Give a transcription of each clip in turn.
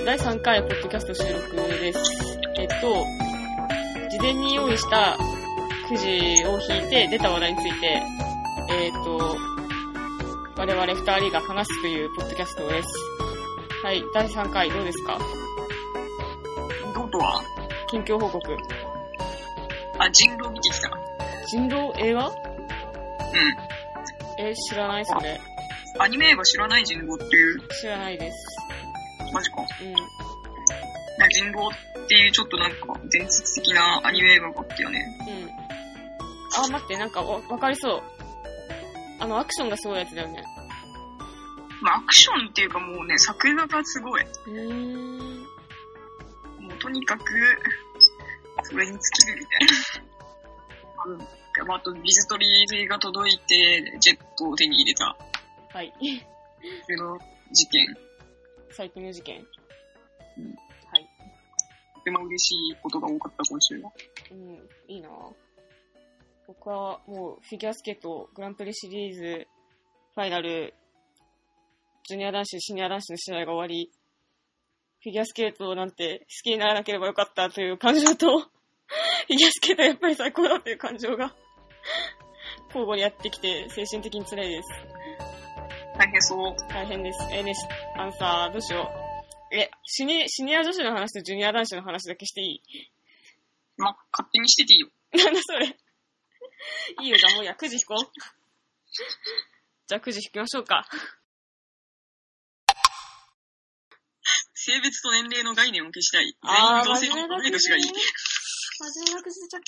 第3回ポッドキャスト収録です。事前に用意したくじを引いて出た話題について、我々2人が話すというポッドキャストです。はい、第3回どうですか？ どうとは？ 近況報告。 人狼見てきた。 人狼映画？ うん。 知らないそれ。 アニメ映画知らない？人狼っていう。 知らないです。 マジか。 うん。 人狼っていうちょっとなんか伝説的なアニメ映画があったよね。 うん。待って、なんかわかりそう。アクションがすごいやつだよね。 アクションっていうかもうね、作画がすごい。もうとにかく、それに尽きるみたいな。あと、ビズトリーが届いて、ジェットを手に入れた。 はい。 それの事件。 最近の事件。 はい。とても嬉しいことが多かった、今週は。 いいなぁ。僕はもうフィギュアスケートグランプリシリーズファイナル、ジュニア男子、シニア男子の試合が終わり、フィギュアスケートなんて好きにならなければよかったという感情と、フィギュアスケートはやっぱり最高だという感情が交互にやってきて精神的に辛いです。 大変そう。 大変です。さ、どうしよう。シニア女子の話とジュニア男子の話だけしていい？ 勝手にしてていいよ。 なんだそれ。いいよ、じゃあもうくじ引こう。じゃあくじ引きましょうか。 性別と年齢の概念を消したい。 全員同性の同い年がいい。真面目なくじ出ちゃ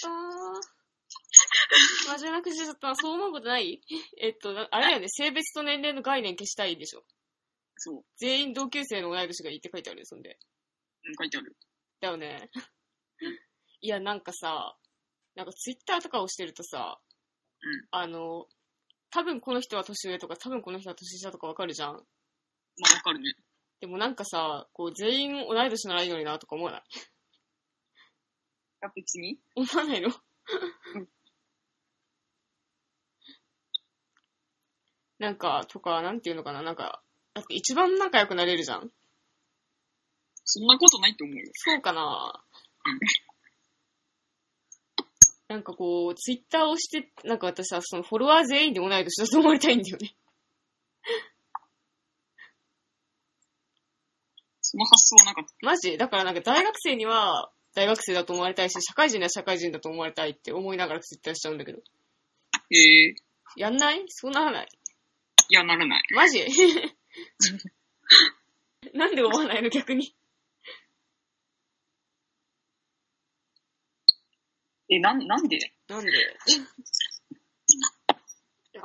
った。そう思うことない？あれだよね、性別と年齢の概念消したいでしょ。 そう。 全員同級生の同い年がいいって書いてあるよ、そんで。 書いてある。 だよね。いや、なんかさ、ツイッターとかをしてるとさ、多分この人は年上とか、多分この人は年下とかわかるじゃん。 わかるね。 でもなんかさ、こう全員同い年ならいいのになとか思わない？ 別に思わないの？なんか、とか、なんていうのかな、だって一番仲良くなれるじゃん。 そんなことないと思うよ。 そうかな。なんかこう、ツイッターをして、私はそのフォロワー全員で同い年だと思いたいんだよね。 その発想はなかった。 マジ？だから大学生には大学生だと思われたいし、社会人には社会人だと思われたいって思いながらツイッターしちゃうんだけど。やんない？そうならない？ いや、ならない。 マジ？なんで思わないの逆に。 なんでいや、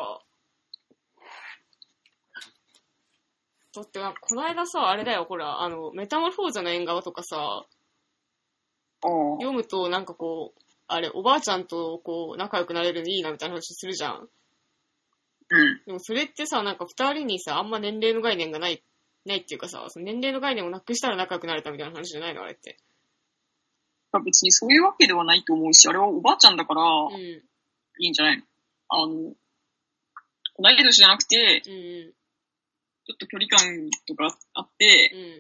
だってこの間さ、あれだよ、ほら、メタモルフォーザの縁側とかさ、読むとおばあちゃんと仲良くなれるのいいなみたいな話するじゃん。でもそれってさ、二人にさ、あんま年齢の概念がないっていうかさ、その年齢の概念をなくしたら仲良くなれたみたいな話じゃないのあれって。 別にそういうわけではないと思うし、あれはおばあちゃんだから、いいんじゃないの？同い年じゃなくて、ちょっと距離感とかあって、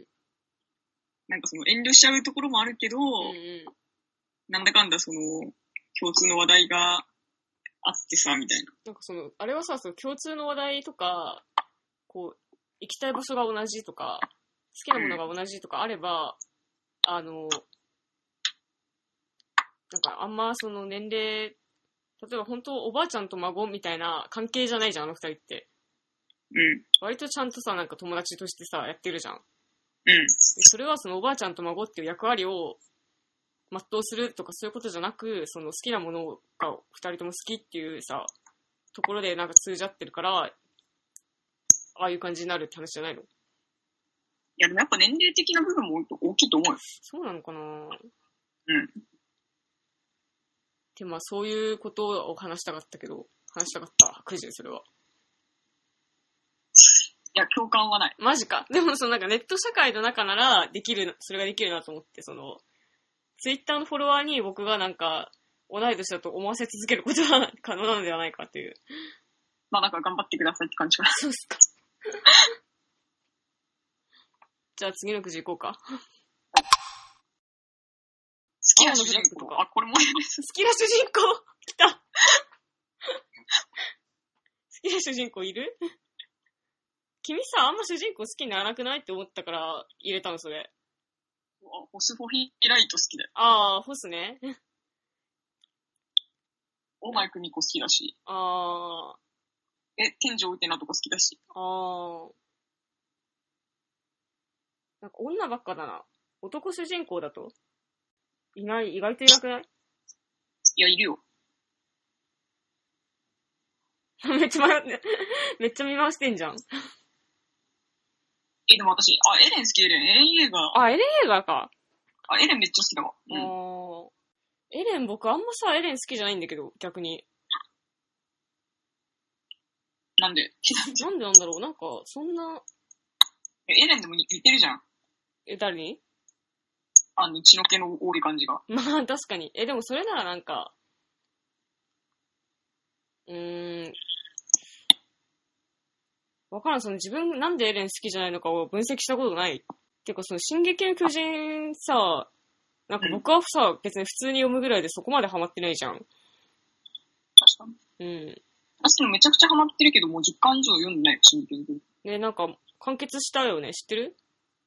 その遠慮しちゃうところもあるけど、なんだかんだその、共通の話題があってさ、みたいな。 あれはさ、その共通の話題とか、行きたい場所が同じとか、好きなものが同じとかあれば、あんまその年齢、例えば本当おばあちゃんと孫みたいな関係じゃないじゃん、あの二人って。割とちゃんとさ、友達としてさ、やってるじゃん。それはそのおばあちゃんと孫っていう役割を全うするとかそういうことじゃなく、その好きなものが二人とも好きっていうさ、ところで通じ合ってるから、ああいう感じになるって話じゃないの？いや、でもやっぱ年齢的な部分も大きいと思うよ。 そうなのかな？で、そういうことを話したかったくじで、それは。 いや、共感はない。 マジか。でもネット社会の中ならそれができるなと思って、ツイッターのフォロワーに僕が同い年だと思わせ続けることは可能なのではないかっていう。 頑張ってくださいって感じかな。 そうっすか。 じゃあ次のくじ行こうか。 好きな主人公とか。あ、これも好きな主人公来た。好きな主人公いる？君さ、あんま主人公好きにならなくないって思ったから入れたの、それ。 ホスフォヒライト好きだよ。 ああ、ホスね。 大前久美子好きだし。 ああ。 天井ウテナとか好きだし。 ああ。なんか女ばっかだな。男主人公だといない、意外といなくない？ いや、いるよ。 めっちゃ迷って、めっちゃ見回してんじゃん。 でも私、エレン好き、エレン映画。 エレン映画か。 エレンめっちゃ好きだわ。 エレン僕あんまさ、エレン好きじゃないんだけど、逆に。 なんでなんでなんだろう、なんか、そんな。 エレンでも似てるじゃん。 誰に？ 血の気の多い感じが。 まあ、確かに。でもそれならなんか、わからん、自分なんでエレン好きじゃないのかを分析したことがない。てか、進撃の巨人さ、なんか僕はさ、別に普通に読むぐらいでそこまでハマってないじゃん。 確かに。 私もめちゃくちゃハマってるけど、もう10巻以上読んでないよ、進撃の巨人。 ね、なんか、完結したよね、知ってる？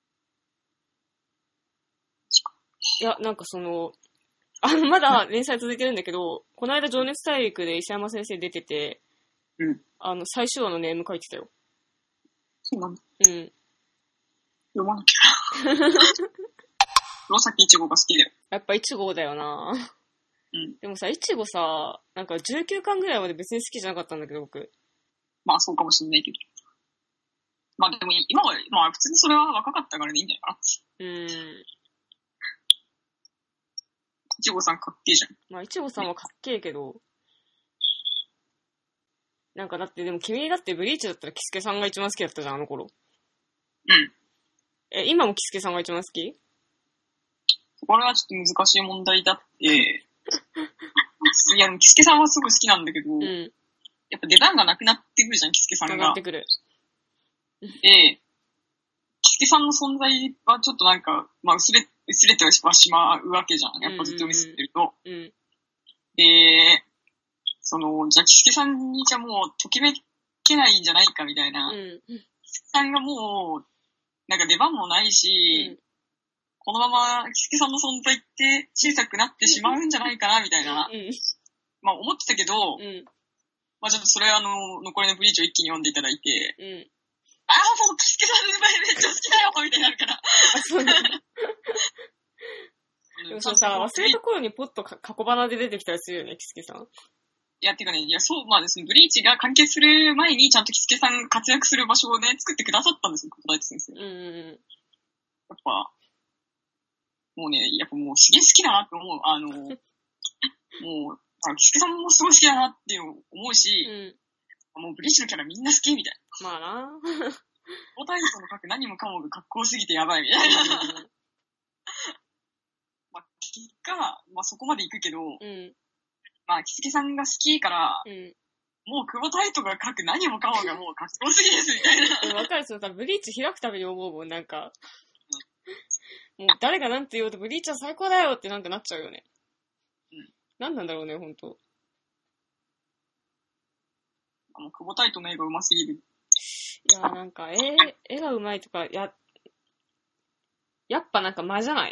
いや、なんかまだ連載続いてるんだけど、この間情熱大陸で伊佐山先生出てて、最終話のネーム書いてたよ。 そうなんだ。 読まなきゃ。黒崎一護が好きだよ。 やっぱ一護だよな。でもさ、一護さ、なんか19巻ぐらいまで別に好きじゃなかったんだけど、僕。 まあそうかもしんないけど。まあでも今は、まあ普通にそれは若かったからでいいんじゃないかな。いちごさんかっけえじゃん。 まあいちごさんはかっけえけど、なんかだってでも君だってブリーチだったらキスケさんが一番好きだったじゃん、あの頃。今もキスケさんが一番好き？ これはちょっと難しい問題だって。いや、キスケさんはすごい好きなんだけど、やっぱ出番がなくなってくるじゃん、キスケさんが。 なくなってくる。 キスケさんの存在はちょっとなんか、まあ薄れてはしまうわけじゃん。やっぱずっと見せてると。で、じゃあキスケさんにじゃもうときめけないんじゃないかみたいな。キスケさんがもう、なんか出番もないし、このままキスケさんの存在って小さくなってしまうんじゃないかなみたいな。まあ思ってたけど、まあちょっとそれ残りのブリーチを一気に読んでいただいて、もうキスケさんの前めっちゃ好きだよみたいになるから。 そうなんだ。でもさ、忘れた頃にポッと過去花で出てきたりするよね、キスケさん。いや、てかね、まあですね、ブリーチが完結する前にちゃんとキスケさん活躍する場所をね、作ってくださったんですよ、小林先生。やっぱ、もうね、やっぱもうすげえ好きだなって思う。もう、キスケさんもすごい好きだなって思うし、もうブリーチのキャラみんな好きみたいな。まあな。 小太鼓の書く何もかもがかっこよすぎてやばいみたいな。まあ、結果、まあそこまで行くけど、まあ、キスケさんが好きから、もう久保太斗が書く何もかもがもうかっこよすぎですみたいな。 わかる、ブリーチ開くたびに思うもん、なんか。もう誰がなんて言おうとブリーチは最高だよってなんかなっちゃうよね。なんなんだろうね、ほんと。 久保太斗の絵が上手すぎる。 いや、なんか、絵が上手いとか、やっぱなんか間じゃない？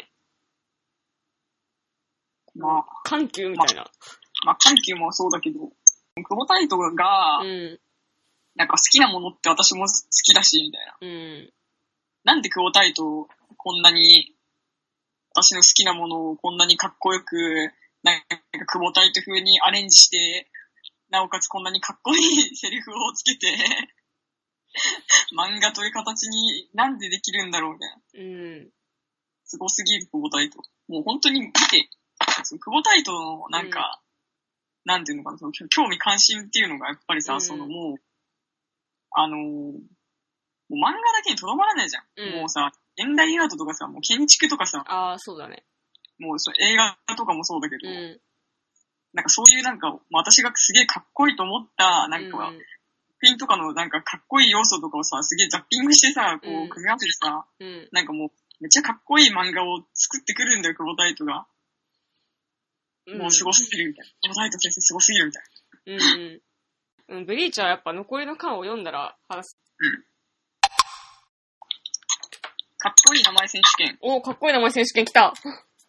まあ。 緩急みたいな。 まあ、緩急もそうだけど、久保太斗が、なんか好きなものって私も好きだし、みたいな。なんで久保太斗こんなに、私の好きなものをこんなにかっこよく、なんか久保太斗風にアレンジして、なおかつこんなにかっこいいセリフをつけて、漫画という形になんでできるんだろうみたいな。すごすぎる久保太斗。もう本当に見て、久保太斗のなんか、なんていうのかな、興味関心っていうのがやっぱりさ、もう漫画だけにとどまらないじゃん。もうさ、現代アートとかさ、もう建築とかさ、 そうだね。 もう映画とかもそうだけど、なんかそういうなんか、私がすげえかっこいいと思った、なんか、 品とかのなんかかっこいい要素とかをさ、すげえザッピングしてさ、こう組み合わせてさ、なんかもうめっちゃかっこいい漫画を作ってくるんだよ、久保タイトが。もうすごすぎるみたいな。久保タイト先生すごすぎるみたいな。ブリーチはやっぱ残りの巻を読んだら話す。 かっこいい名前選手権。 お、かっこいい名前選手権来た。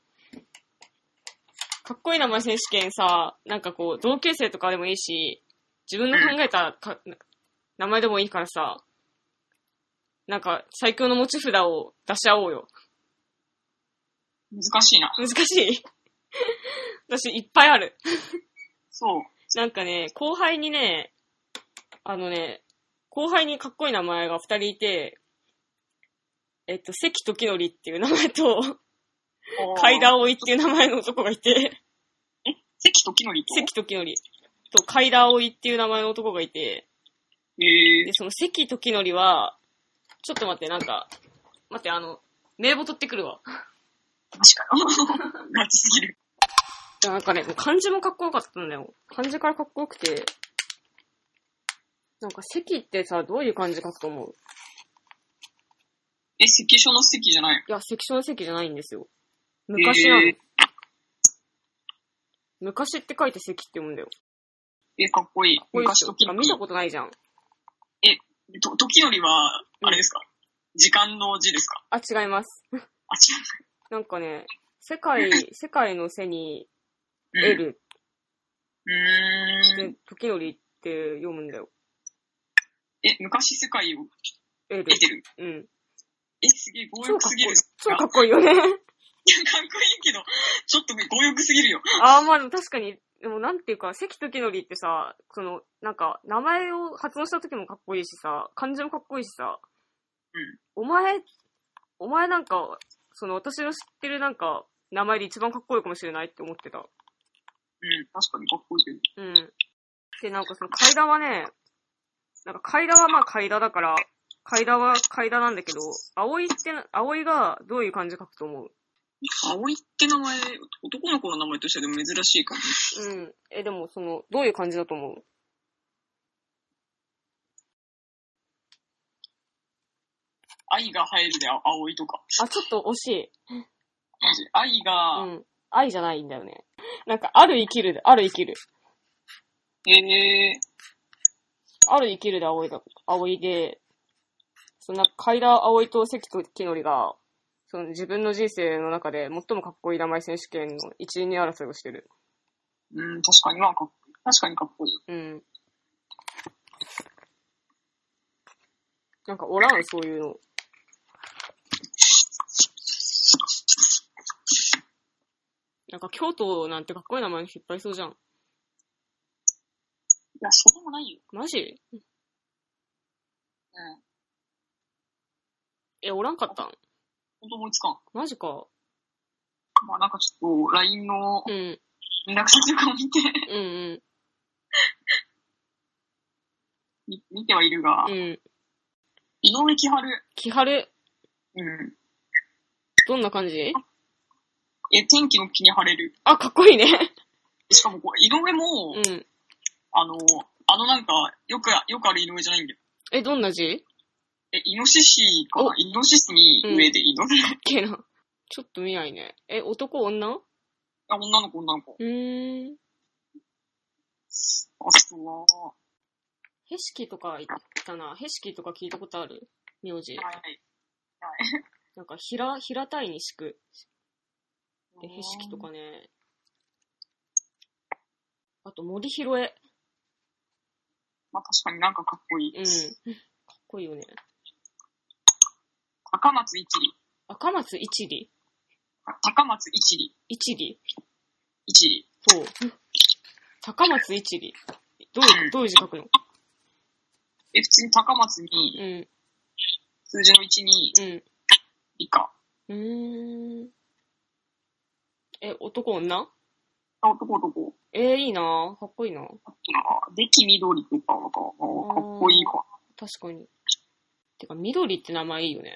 かっこいい名前選手権さ、なんかこう、同級生とかでもいいし、自分の考えた名前でもいいからさ、なんか最強の持ち札を出し合おうよ。 難しいな。 難しい私いっぱいある。 そう。 なんかね、後輩にかっこいい名前が2人いて、関時則っていう名前と、海田葵っていう名前の男がいて、 関時則関時則と海田葵っていう名前の男がいて、で、その関時則は、ちょっと待って、名簿取ってくるわ。 マジかよ。ガチすぎる。 いや、なんかね、漢字もかっこよかったんだよ。漢字からかっこよくて、なんか関ってさ、どういう漢字書くと思う？ 関所の関じゃない？ いや、関所の関じゃないんですよ。昔なの。昔って書いて関って読むんだよ。 かっこいい。昔時々見たことないじゃん。 時則は、あれですか？時間の字ですか？ あ、違います。 あ、違う。 なんかね、世界の背に、L。で、時則って読むんだよ。 昔世界を L。 得てる？すげえ強欲すぎる。 超かっこいいよね。かっこいいけど、ちょっと強欲すぎるよ。 まあ確かに、でもなんていうか、関時則ってさ、なんか、名前を発音した時もかっこいいしさ、漢字もかっこいいしさ、お前なんか、私の知ってるなんか、名前で一番かっこいいかもしれないって思ってた。 確かにかっこいいけど。 で、なんか階段はね、なんか階段はまあ階段だから、階段は階段なんだけど、葵がどういう漢字書くと思う？ 葵って名前、男の子の名前としてはでも珍しいかも。でもどういう漢字だと思う？ 愛が入るで葵とか。 あ、ちょっと惜しい。 マジ愛が、 愛じゃないんだよね。なんか、ある生きるで、ある生きる。ある生きるで葵で、海田葵と関時則が、自分の人生の中で最もかっこいい名前選手権の一位に争いをしてる。 確かに確かにかっこいい。 なんかおらん、そういうの。なんか京都なんてかっこいい名前の人いっぱいそうじゃん。いや、そうでもないよ。 マジ？おらんかったん？ ほんと思いつかん。 マジか。 まあなんかちょっと LINE の連絡先とかを見て見てはいるが、井上千春。 千春。どんな感じ？ 天気の気に晴れる。 あ、かっこいいね。 しかも井上も、なんか、よくある井上じゃないんだよ。 どんな字？ イノシシかな？イノシシに上で井上。 けな。ちょっと見ないね。男女？ 女の子。あとは、 へしきとか言ったな。へしきとか聞いたことある？名字。 はい。 なんか、平たいにしく。へしきとかね。あと、森ひろえ。 まあ確かになんかかっこいい。 かっこいいよね。 赤松一里。 赤松一里？ 高松一里。 一里？ 一里。そう。高松一里。どういう字書くの？ 普通に高松に、数字の1に、以下。 男女？ 男。 いいなぁ。かっこいいなぁ。 でき緑とかかっこいいか。 確かに。てか、緑って名前いいよね。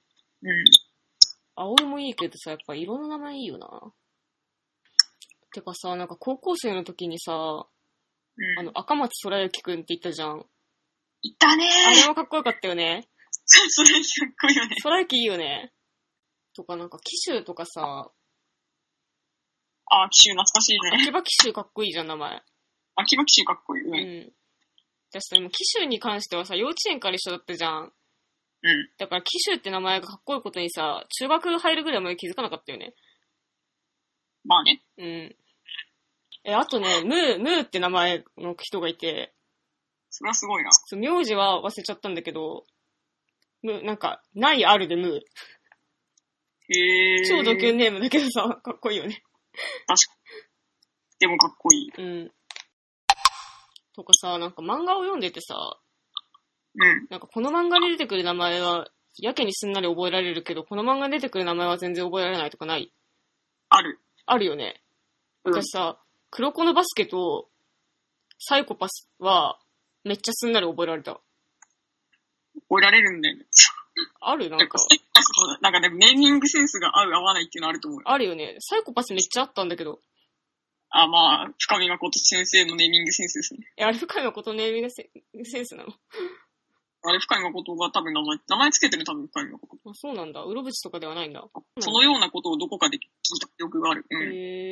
葵もいいけどさ、やっぱ色の名前いいよな。てかさ、なんか高校生の時にさ、赤松空之くんって言ったじゃん。 いたねあれもかっこよかったよね。 それかっこいいよね。 空雪いいよね。とかなんか、騎手とかさ。 あ、騎手懐かしいね。 秋葉騎手かっこいいじゃん、名前。 秋葉騎手かっこいい。うん。 じゃあさ、でも騎手に関してはさ、幼稚園から一緒だったじゃん。 うん。 だから騎手って名前がかっこいいことにさ、中学入るぐらいまで気づかなかったよね。 まあね。 うん。あとね、ムーって名前の人がいて。 それはすごいな。 そう、名字は忘れちゃったんだけど、なんか、ないあるでムー。 へー。 超ドキュンネームだけどさ、かっこいいよね。 確かに。でもかっこいい。 うん。とかさ、なんか漫画を読んでてさ、 うん。 なんかこの漫画に出てくる名前は、やけにすんなり覚えられるけど、この漫画に出てくる名前は全然覚えられないとかない？ ある。 あるよね。私さ、黒子のバスケと、サイコパスは、めっちゃすんなり覚えられた。 覚えられるんだよね。 あるなんか。 なんかね、ネーミングセンスが合う合わないっていうのあると思う。 あるよね。サイコパスめっちゃあったんだけど。 あ、まあ、深見誠先生のネーミングセンスですね。 あれ深見誠ネーミングセンスなの？ あれ深見誠が多分名前つけてる多分深見誠。 あ、そうなんだ。うろぶちとかではないんだ。 そのようなことをどこかで聞いた記憶がある。うん。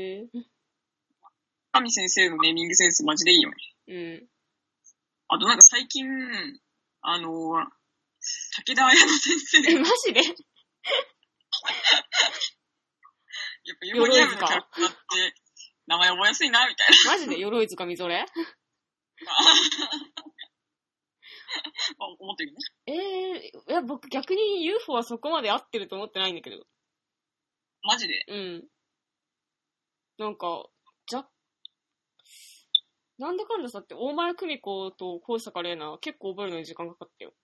深見先生のネーミングセンスマジでいいよね。 うん。 あとなんか最近、武田綾乃先生。 マジでやっぱユーモニアムのキャラクターって名前覚えやすいな、みたいな。マジで鎧塚みぞれ思ってるね。いや、僕逆に UFO はそこまで合ってると思ってないんだけど。 マジで？ うん。なんか、なんだかんださって大前久美子と高坂玲奈結構覚えるのに時間かかったよ。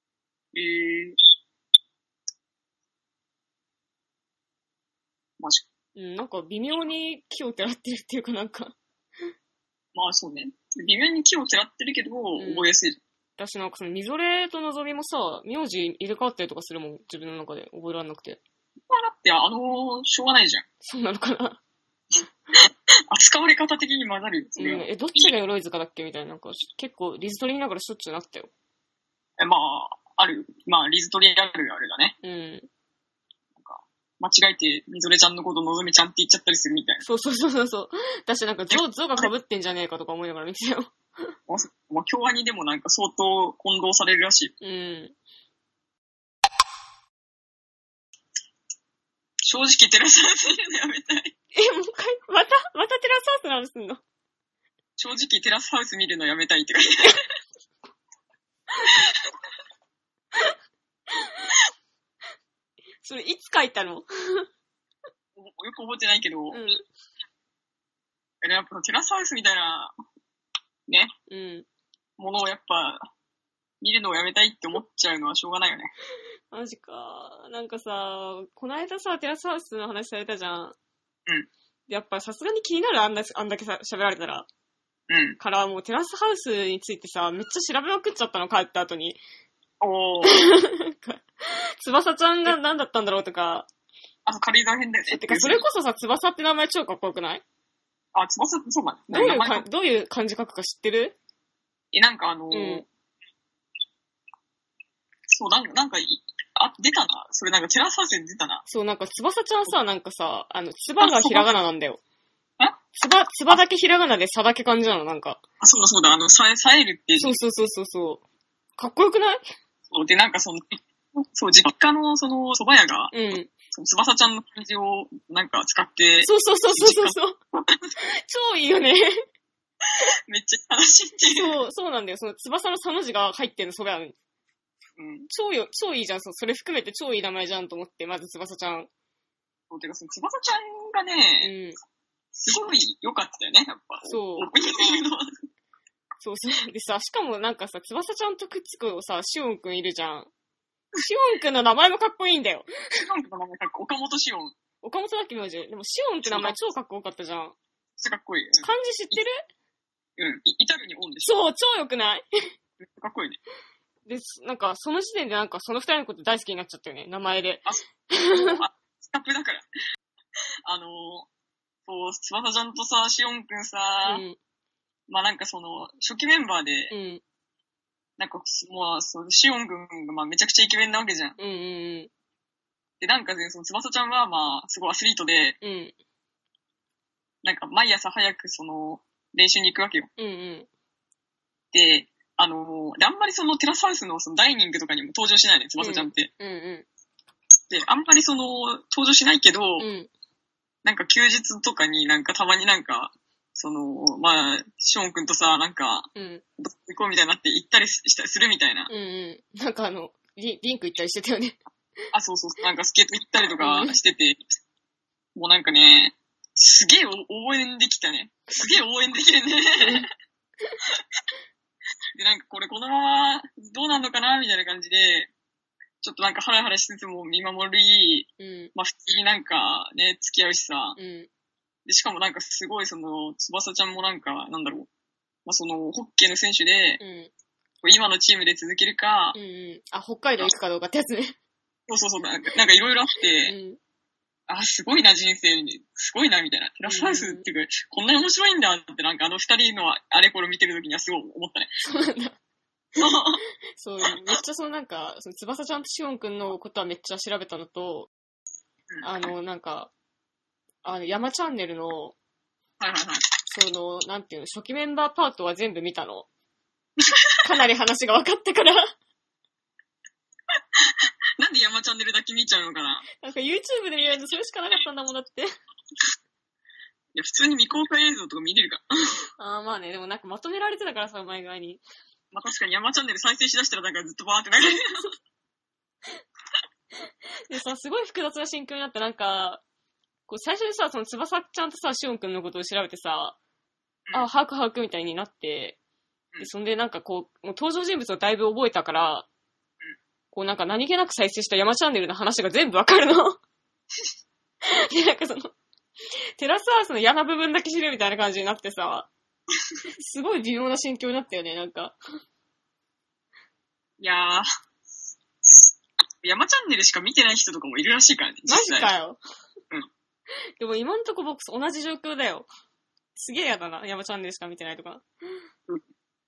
マジか。 うん、なんか微妙に気をてらってるっていうかなんかまあそうね。微妙に気をてらってるけど、覚えやすい。 私なんかそのみぞれとのぞみもさ、名字入れ替わったりとかするもん、自分の中で覚えられなくて。 まあだってしょうがないじゃん。 そうなのかな扱われ方的に混ざるよ。 どっちが鎧塚だっけみたいな、なんか結構リズトリ見ながらしょっちゅうなったよ。 まあ、まあリズトリあるあれだね。 うん。 なんか、間違えてみぞれちゃんのことのぞみちゃんって言っちゃったりするみたいな。 そう。私なんかゾが被ってんじゃねえかとか思いながら見てたよ。 まあ、京アニでもなんか相当混同されるらしい。 うん。 正直テラスハウス見るのやめたい。 もう一回、またテラスハウスの話すんの？ 正直テラスハウス見るのやめたいって書いてある。 それいつ書いたの？よく覚えてないけど、やっぱテラスハウスみたいな、ね、ものをやっぱ、見るのをやめたいって思っちゃうのはしょうがないよね。 マジか。なんかさ、この間さ、テラスハウスの話されたじゃん。やっぱさすがに気になるあんだけさ、喋られたら。からもうテラスハウスについてさ、めっちゃ調べまくっちゃったの、帰った後に。翼ちゃんが何だったんだろうとか。 軽井沢編だよね。 てか、それこそさ、翼って名前超かっこよくない？ 翼ってそうだね。 どういう漢字書くか知ってる？ なんかそう、なんか、出たな。それなんかテラスハウスに出たな。 そう、なんか翼ちゃんさ、なんかさ、つばがひらがななんだよ。つばだけひらがなでさだけ感じなの、なんか。 そうだ、さえるって。 そう。かっこよくない？ そう、で、なんかそう、実家の蕎麦屋が、翼ちゃんの漢字をなんか使って。 そう。超いいよね。 めっちゃ悲しいっていう。 そうなんだよ。その翼のさの字が入ってんの、蕎麦屋に。超いいじゃん。それ含めて超いい名前じゃんと思って、まず翼ちゃん。 そう、てか翼ちゃんがね、すごい良かったよね、やっぱ。 そう。でさ、しかもなんかさ、翼ちゃんとくっつくさ、シオンくんいるじゃん。シオンくんの名前もかっこいいんだよ。 シオンくんの名前かっこいい。岡本シオン。 岡本だっけ名字。でもシオンって名前超かっこよかったじゃん。 めっちゃかっこいい。 漢字知ってる？ 至るにオンでしょ。 そう、超良くない？ めっちゃかっこいいね。 で、なんか、その時点でなんか、その二人のこと大好きになっちゃったよね、名前で。 スタッフだから。そう、翼ちゃんとさ、シオンくんさ、まあなんか初期メンバーで、 なんか、もう、シオン君がまあめちゃくちゃイケメンなわけじゃん。 うんうんうん。 で、なんかね、その翼ちゃんはまあ、すごいアスリートで、うん。なんか毎朝早く練習に行くわけよ。うんうん。で、あんまりテラスハウスのダイニングとかにも登場しないね、翼ちゃんって。うんうん。で、あんまり登場しないけど、うん、なんか休日とかになんかたまになんか、まあ、ショーンくんとさ、なんか、うん、行こうみたいになって行ったりするみたいな。 うんうん。なんかリンク行ったりしてたよね。 あ、そうそう、なんかスケート行ったりとかしてて、うん、もうなんかね、すげえ応援できたね。すげえ応援できるね。で、なんかこのままどうなんのかなみたいな感じで、ちょっとなんかハラハラしつつも見守り、うん、まあ普通になんかね、付き合うしさ、うん、でしかもなんかすごい翼ちゃんもなんか、なんだろう、まあホッケーの選手で、うん、今のチームで続けるか、 うんうん、あ、北海道行くかどうかってやつね。 そうそうそう、なんかいろいろあって、うん、あ、すごいな人生に、すごいなみたいな。テラスハウスっていうか、こんなに面白いんだってなんか二人のあれこれ見てるときにはすごい思ったね。 そうなんだ。そう、めっちゃなんか、翼ちゃんとシオンくんのことはめっちゃ調べたのと、うん、なんか、山チャンネルの、はいはいはい。なんていうの、初期メンバーパートは全部見たの。かなり話が分かったから。 なんで山チャンネルだけ見ちゃうのかな。 なんか YouTube で見られるとそれしかなかったんだもんだって。いや、普通に未公開映像とか見れるか。 ああ、まあね、でもなんかまとめられてたからさ、前側に。 まあ確かに山チャンネル再生しだしたらなんかずっとバーって流れる。 でさ、すごい複雑な心境になって、なんか、こう最初にさ、翼ちゃんとさ、シオンくんのことを調べてさ、うん、あ、把握みたいになって、で、そんでなんかこう、もう登場人物をだいぶ覚えたから、うん、こうなんか何気なく再生した山チャンネルの話が全部わかるの。で、なんかテラスハウスの嫌な部分だけ知るみたいな感じになってさ、すごい微妙な心境になったよね、なんか。 いやー、山チャンネルしか見てない人とかもいるらしいからね。 マジかよ。うん。でも今んとこ僕同じ状況だよ。すげえやだな、山チャンネルしか見てないとか。うん。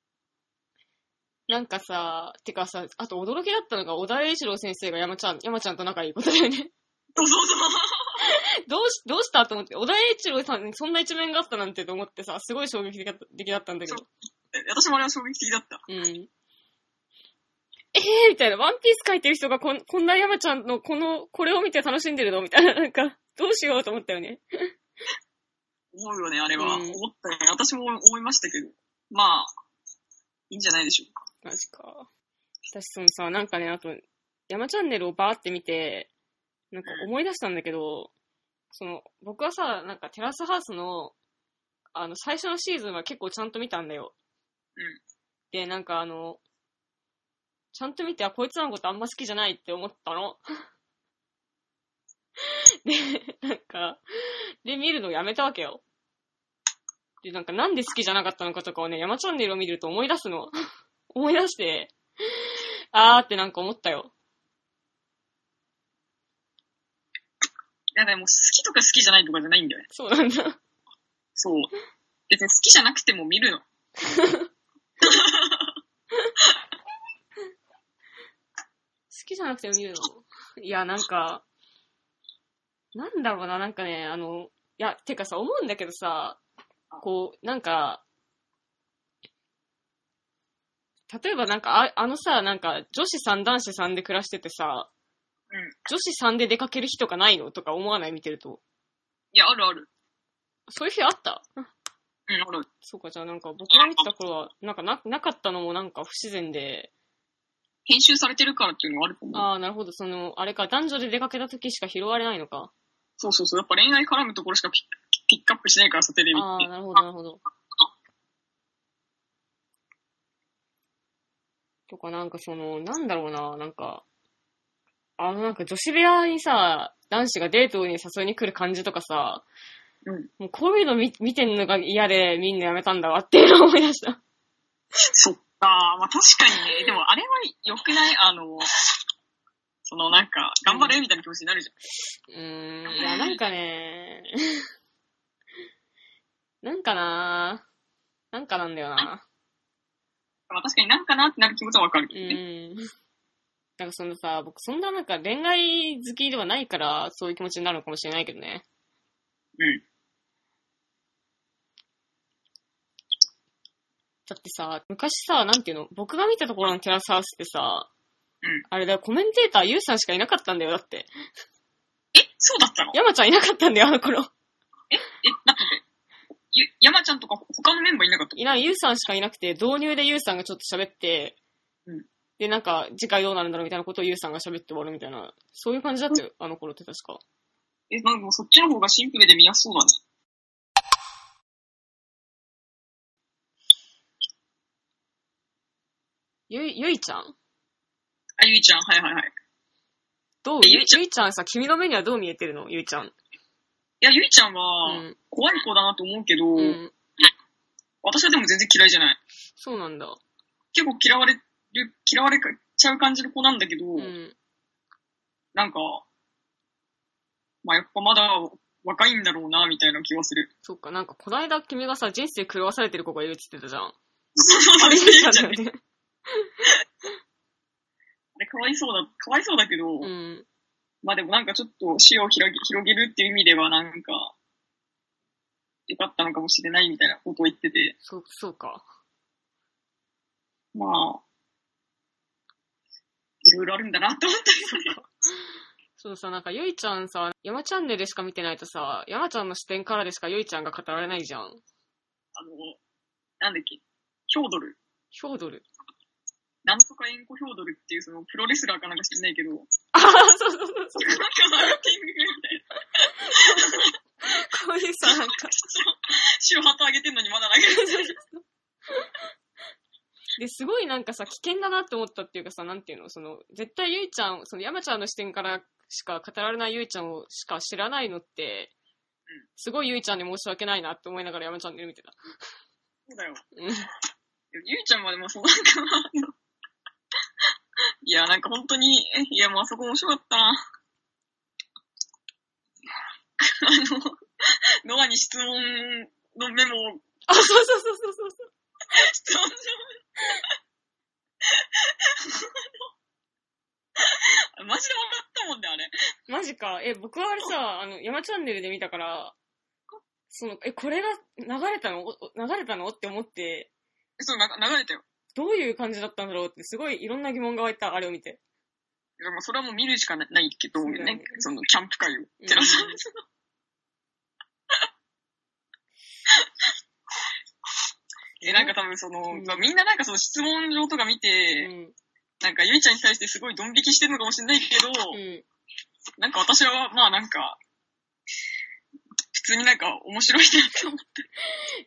なんかさ、てかさ、あと驚きだったのが、小田栄一郎先生が山ちゃんと仲いいことだよね。 そうそうそう。 どうしたと思って、小田栄一郎さんにそんな一面があったなんてと思ってさ、すごい衝撃的だったんだけど。 私もあれは衝撃的だった。うん。 みたいな、ワンピース書いてる人がこんな山ちゃんのこれを見て楽しんでるのみたいな、なんか、どうしようと思ったよね。 思うよね、あれは。思ったよね。私も思いましたけど。まあ、いいんじゃないでしょうか。 マジか。私さ、なんかね、あと、山チャンネルをバーって見て、なんか思い出したんだけど、僕はさ、なんかテラスハウスの、最初のシーズンは結構ちゃんと見たんだよ。うん。で、なんかちゃんと見て、こいつらのことあんま好きじゃないって思ったの。で、なんか、で、見るのやめたわけよ。で、なんで好きじゃなかったのかとかをね、山チャンネルを見ると思い出すの。思い出して、あーってなんか思ったよ。 いや、でも好きとか好きじゃないとかじゃないんだよね。 そうなんだ。 そう。別に好きじゃなくても見るの。好きじゃなくても見るの？いや、なんか、なんだろうな、なんかね、いや、てかさ、思うんだけどさ、こう、なんか、例えばなんか、さ、なんか、女子3男子3で暮らしててさ、うん、女子3で出かける日とかないのとか思わない？見てると。 いや、あるある。 そういう日あった？ うん、ある。 そうか、じゃあなんか、僕が見てた頃は、なんかなかったのもなんか不自然で。 編集されてるからっていうのはあると思う。 ああ、なるほど。あれか、男女で出かけた時しか拾われないのか。 そうそうそう。やっぱ恋愛絡むところしかピックアップしないからさ、テレビって。 ああ、なるほど、なるほど。とかなんかなんだろうな、なんか、なんか女子部屋にさ、男子がデートに誘いに来る感じとかさ、うん、もうこういうの見てんのが嫌でみんなやめたんだわっていうのを思い出した。 そっか、まあ確かにね。でもあれは良くない？なんか、頑張れみたいな気持ちになるじゃん。いや、なんかね、なんかなんだよな。 まあ確かになんかなってなる気持ちはわかるけどね。なんかそのさ、僕そんななんか恋愛好きではないから、そういう気持ちになるのかもしれないけどね。だってさ、昔さ、なんていうの、僕が見たところのテラスハウスってさ、あれだよ、コメンテーターユウさんしかいなかったんだよ、だって。 そうだったの？ 山ちゃんいなかったんだよ、あの頃。 だって、山ちゃんとか他のメンバーいなかった？ いない、ユウさんしかいなくて、導入でユウさんがちょっと喋って、で、なんか、次回どうなるんだろうみたいなことをユウさんが喋って終わるみたいな、そういう感じだったよ、あの頃って確か。 なんかそっちの方がシンプルで見やすそうだね。 ゆいちゃん？ ゆいちゃん、はいはいはい。 どう？ゆいちゃんさ、君の目にはどう見えてるの？ゆいちゃん。いや、ゆいちゃんは、怖い子だなと思うけど、私はでも全然嫌いじゃない。 そうなんだ。 結構嫌われちゃう感じの子なんだけど、なんか、まあやっぱまだ若いんだろうな、みたいな気はする。 そっか、なんかこの間君がさ、人生狂わされてる子がいるって言ってたじゃん。 あれゆいちゃんだよね。あれかわいそうだけど、まあでもなんかちょっと視野を広げるっていう意味ではなんか、よかったのかもしれないみたいなことを言ってて。 そうか。 まあ、いろいろあるんだなと思ったけどね。 そうさ、なんかゆいちゃんさ、山チャンネルしか見てないとさ、山ちゃんの視点からでしかゆいちゃんが語られないじゃん。 なんだっけ、ヒョードル。なんとかエンコヒョードルっていうそのプロレスラーかなんか知らないけど。 ああ、そう。なんかマーケティングみたいな。 こういうさ、なんか。 白旗上げてんのにまだ投げる。 で、すごいなんかさ、危険だなって思ったっていうかさ、なんていうの、その、絶対ゆいちゃん、その山ちゃんの視点からしか語られないゆいちゃんをしか知らないのって、すごいゆいちゃんに申し訳ないなって思いながら山ちゃんで見てた。 そうだよ。ゆいちゃんまでもそうなんかな。いや、なんか本当に、もうあそこ面白かったな。ノアに質問のメモを。 あ、そう。 質問マジで笑ったもんね、あれ。 マジか。僕はあれさ、山チャンネルで見たから、これが流れたのって思って。 そう、流れたよ。 どういう感じだったんだろうって、すごいいろんな疑問が湧いた、あれを見て。 でもそれはもう見るしかないけど、ね、そのキャンプ会を。テラさん。なんか多分みんななんかその質問状とか見て、なんかゆいちゃんに対してすごいドン引きしてるのかもしれないけど、なんか私はまあなんか、普通になんか面白いなって思って。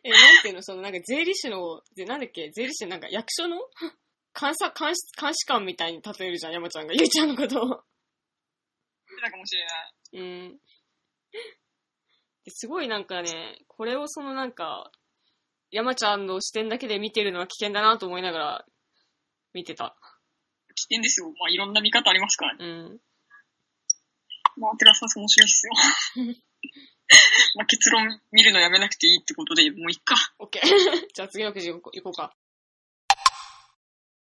なんていうの、なんか税理士の、なんだっけ、税理士なんか役所の監視官みたいに例えるじゃん、山ちゃんが。ゆいちゃんのことを。 なんかもしれない。 すごいなんかね、これをなんか、山ちゃんの視点だけで見てるのは危険だなと思いながら見てた。 危険ですよ。まあいろんな見方ありますからね。まあテラスハウス面白いですよ。まあ結論見るのやめなくていいってことでもういっか。 オッケー。じゃあ次のくじ行こうか。